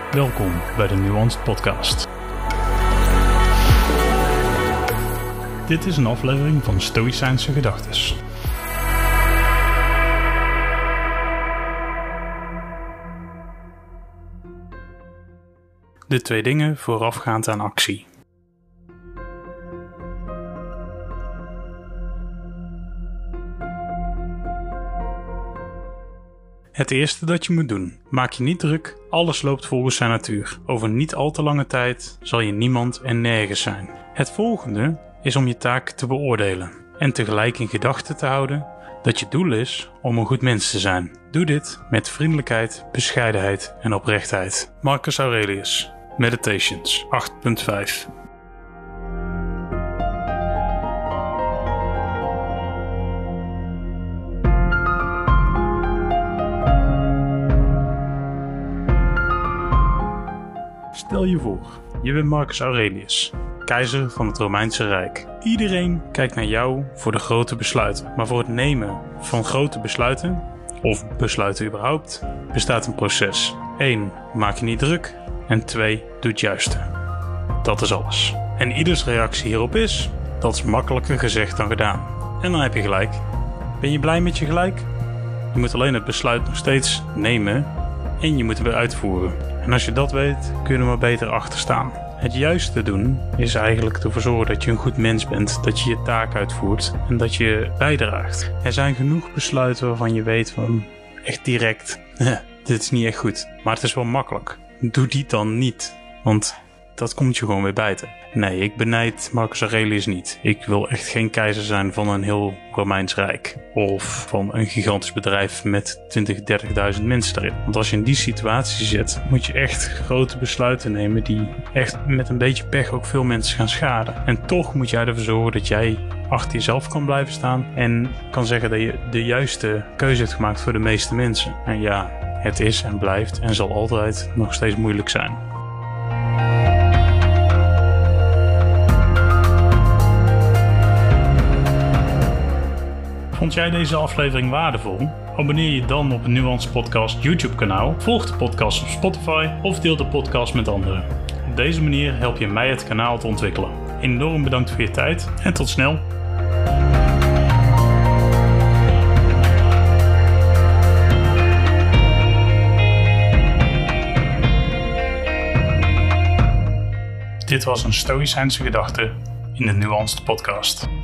Welkom bij de Nuanced Podcast. Dit is een aflevering van Stoïcijnse Gedachtes. De 2 dingen voorafgaand aan actie. Het eerste dat je moet doen. Maak je niet druk, alles loopt volgens zijn natuur. Over niet al te lange tijd zal je niemand en nergens zijn. Het volgende is om je taak te beoordelen en tegelijk in gedachten te houden dat je doel is om een goed mens te zijn. Doe dit met vriendelijkheid, bescheidenheid en oprechtheid. Marcus Aurelius, Meditations 8.5. Stel je voor, je bent Marcus Aurelius, keizer van het Romeinse Rijk. Iedereen kijkt naar jou voor de grote besluiten. Maar voor het nemen van grote besluiten, of besluiten überhaupt, bestaat een proces. 1. Maak je niet druk. En 2. Doe het juiste. Dat is alles. En ieders reactie hierop is, dat is makkelijker gezegd dan gedaan. En dan heb je gelijk. Ben je blij met je gelijk? Je moet alleen het besluit nog steeds nemen en je moet het weer uitvoeren. En als je dat weet, kun je er maar beter achter staan. Het juiste doen is eigenlijk ervoor zorgen dat je een goed mens bent, dat je je taak uitvoert en dat je bijdraagt. Er zijn genoeg besluiten waarvan je weet van echt direct, dit is niet echt goed. Maar het is wel makkelijk. Doe die dan niet, want dat komt je gewoon weer bijten. Nee, ik benijd Marcus Aurelius niet. Ik wil echt geen keizer zijn van een heel Romeins Rijk. Of van een gigantisch bedrijf met 20.000, 30.000 mensen erin. Want als je in die situatie zit, moet je echt grote besluiten nemen die echt met een beetje pech ook veel mensen gaan schaden. En toch moet jij ervoor zorgen dat jij achter jezelf kan blijven staan en kan zeggen dat je de juiste keuze hebt gemaakt voor de meeste mensen. En ja, het is en blijft en zal altijd nog steeds moeilijk zijn. Vond jij deze aflevering waardevol? Abonneer je dan op het Nuanced Podcast YouTube kanaal, volg de podcast op Spotify of deel de podcast met anderen. Op deze manier help je mij het kanaal te ontwikkelen. Enorm bedankt voor je tijd en tot snel! Dit was een Stoïcijnse Gedachte in de Nuanced Podcast.